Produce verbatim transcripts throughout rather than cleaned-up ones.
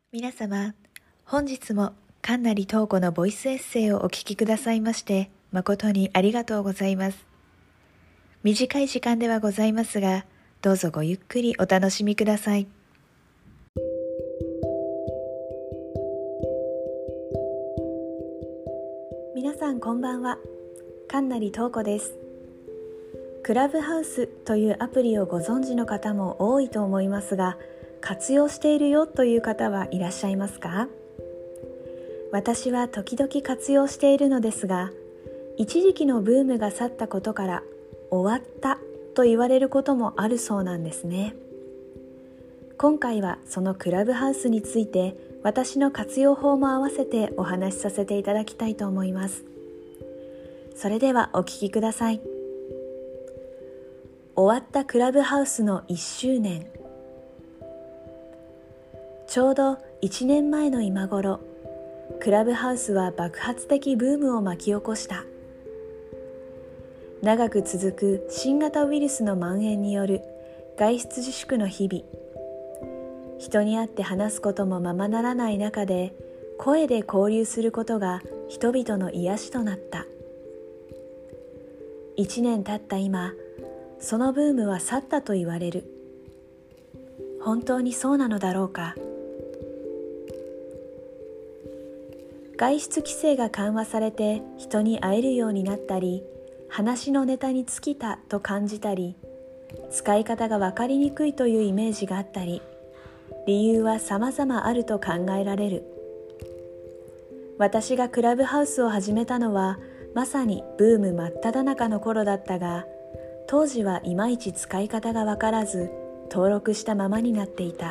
皆様、本日も神成東子のボイスエッセイをお聞きくださいまして誠にありがとうございます。短い時間ではございますが、どうぞごゆっくりお楽しみください。皆さんこんばんは、神成東子です。クラブハウスというアプリをご存知の方も多いと思いますが、活用しているよという方はいらっしゃいますか？私は時々活用しているのですが、一時期のブームが去ったことから終わったと言われることもあるそうなんですね。今回はそのクラブハウスについて、私の活用法も合わせてお話しさせていただきたいと思います。それではお聞きください。終わったクラブハウスのいっしゅうねん。ちょうどいちねんまえの今頃、クラブハウスは爆発的ブームを巻き起こした。長く続く新型ウイルスの蔓延による外出自粛の日々、人に会って話すこともままならない中で、声で交流することが人々の癒しとなった。いちねん経った今、そのブームは去ったと言われる。本当にそうなのだろうか。外出規制が緩和されて人に会えるようになったり、話のネタに尽きたと感じたり、使い方が分かりにくいというイメージがあったり、理由は様々あると考えられる。私がクラブハウスを始めたのはまさにブーム真っ只中の頃だったが、当時はいまいち使い方が分からず登録したままになっていた。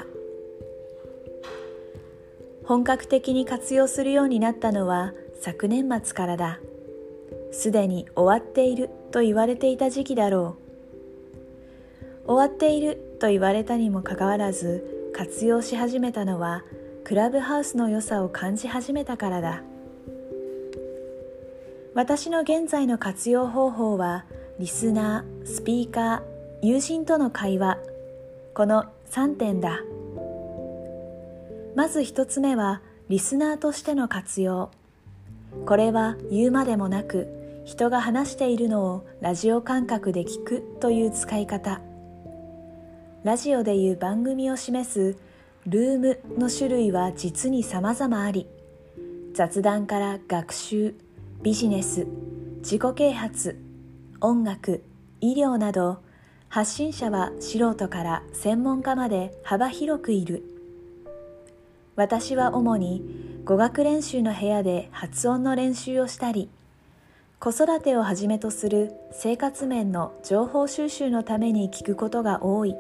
本格的に活用するようになったのは昨年末からだ。すでに終わっていると言われていた時期だろう。終わっていると言われたにもかかわらず活用し始めたのは、クラブハウスの良さを感じ始めたからだ。私の現在の活用方法は、リスナー、スピーカー、友人との会話、このさんてんだ。まず一つ目はリスナーとしての活用。これは言うまでもなく、人が話しているのをラジオ感覚で聞くという使い方。ラジオでいう番組を示すルームの種類は実に様々あり、雑談から学習、ビジネス、自己啓発、音楽、医療など、発信者は素人から専門家まで幅広くいる。私は主に語学練習の部屋で発音の練習をしたり、子育てをはじめとする生活面の情報収集のために聞くことが多い。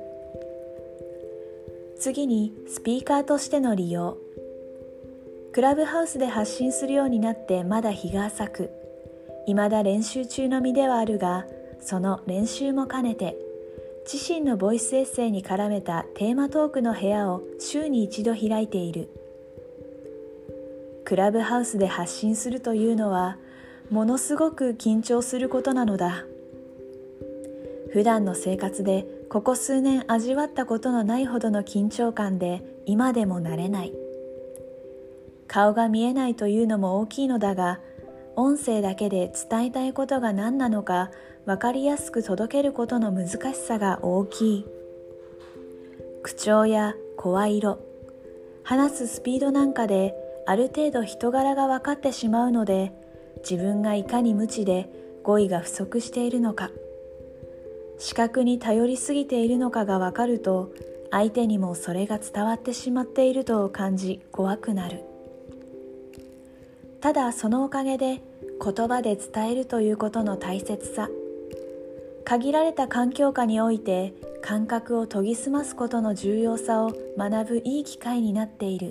次にスピーカーとしての利用。クラブハウスで発信するようになってまだ日が浅く、未だ練習中の身ではあるが、その練習も兼ねて、自身のボイスエッセイに絡めたテーマトークの部屋を週に一度開いている。クラブハウスで発信するというのは、ものすごく緊張することなのだ。普段の生活でここ数年味わったことのないほどの緊張感で今でも慣れない。顔が見えないというのも大きいのだが、音声だけで伝えたいことが何なのか分かりやすく届けることの難しさが大きい。口調や声色、話すスピードなんかである程度人柄が分かってしまうので、自分がいかに無知で語彙が不足しているのか、視覚に頼りすぎているのかが分かると、相手にもそれが伝わってしまっていると感じ怖くなる。ただそのおかげで言葉で伝えるということの大切さ、限られた環境下において感覚を研ぎ澄ますことの重要さを学ぶいい機会になっている。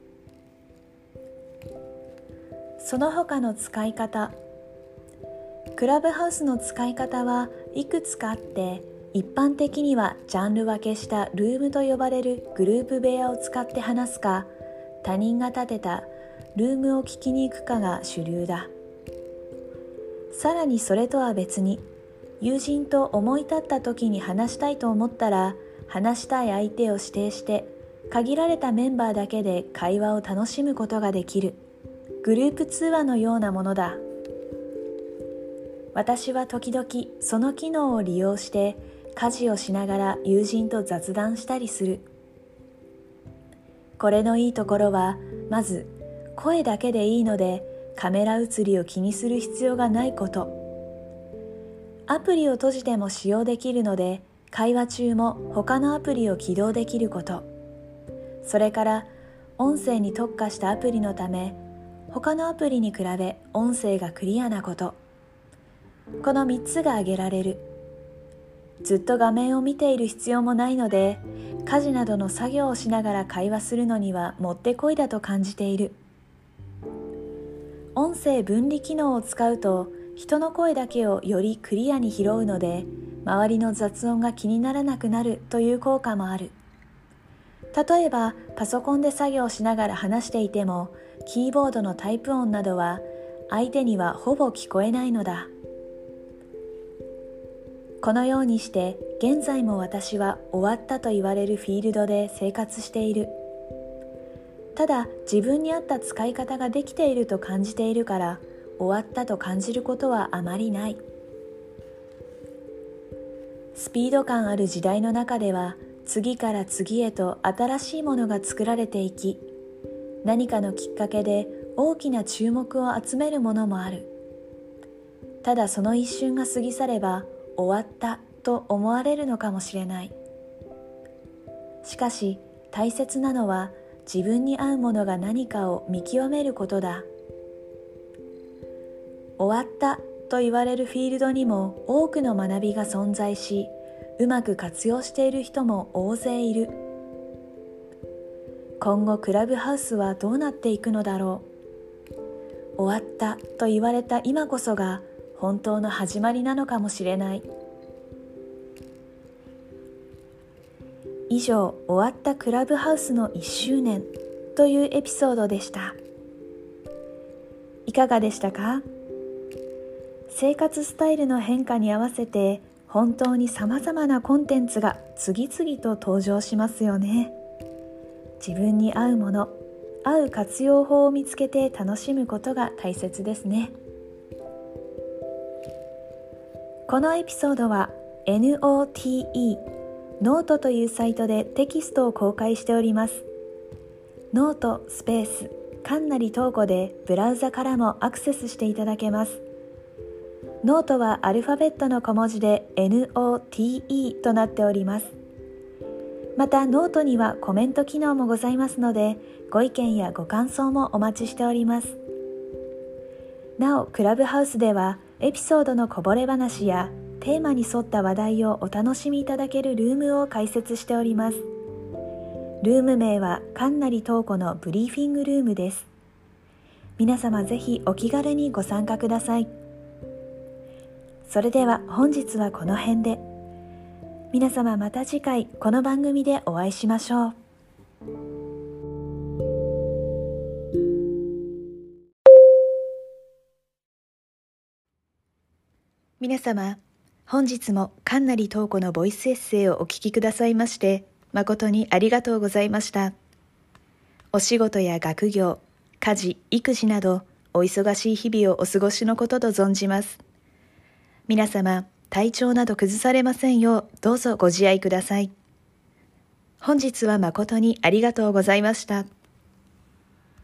その他の使い方。クラブハウスの使い方はいくつかあって、一般的にはジャンル分けしたルームと呼ばれるグループ部屋を使って話すか、他人が建てたルームを聞きに行くかが主流だ。さらにそれとは別に、友人と思い立った時に話したいと思ったら、話したい相手を指定して限られたメンバーだけで会話を楽しむことができるグループ通話のようなものだ。私は時々その機能を利用して家事をしながら友人と雑談したりする。これのいいところは、まず声だけでいいのでカメラ映りを気にする必要がないこと。アプリを閉じても使用できるので会話中も他のアプリを起動できること。それから音声に特化したアプリのため他のアプリに比べ音声がクリアなこと。このみっつが挙げられる。ずっと画面を見ている必要もないので、家事などの作業をしながら会話するのにはもってこいだと感じている。音声分離機能を使うと、人の声だけをよりクリアに拾うので、周りの雑音が気にならなくなるという効果もある。例えば、パソコンで作業しながら話していても、キーボードのタイプ音などは相手にはほぼ聞こえないのだ。このようにして現在も私は終わったと言われるフィールドで生活している。ただ自分に合った使い方ができていると感じているから終わったと感じることはあまりない。スピード感ある時代の中では次から次へと新しいものが作られていき、何かのきっかけで大きな注目を集めるものもある。ただその一瞬が過ぎ去れば終わったと思われるのかもしれない。しかし大切なのは自分に合うものが何かを見極めることだ。終わったと言われるフィールドにも多くの学びが存在し、うまく活用している人も大勢いる。今後クラブハウスはどうなっていくのだろう。終わったと言われた今こそが本当の始まりなのかもしれない。以上、終わったクラブハウスのいっしゅうねんというエピソードでした。いかがでしたか？生活スタイルの変化に合わせて本当に様々なコンテンツが次々と登場しますよね。自分に合うもの、合う活用法を見つけて楽しむことが大切ですね。このエピソードは ノート ノートというサイトでテキストを公開しております。ノートスペース神成東子でブラウザからもアクセスしていただけます。ノートはアルファベットの小文字で ノート となっております。またノートにはコメント機能もございますので、ご意見やご感想もお待ちしております。なお、クラブハウスではエピソードのこぼれ話やテーマに沿った話題をお楽しみいただけるルームを開設しております。ルーム名は神成東子のブリーフィングルームです。皆様ぜひお気軽にご参加ください。それでは本日はこの辺で。皆様また次回この番組でお会いしましょう。皆様、本日も神成東子のボイスエッセイをお聞きくださいまして誠にありがとうございました。お仕事や学業、家事、育児などお忙しい日々をお過ごしのことと存じます。皆様、体調など崩されませんようどうぞご自愛ください。本日は誠にありがとうございました。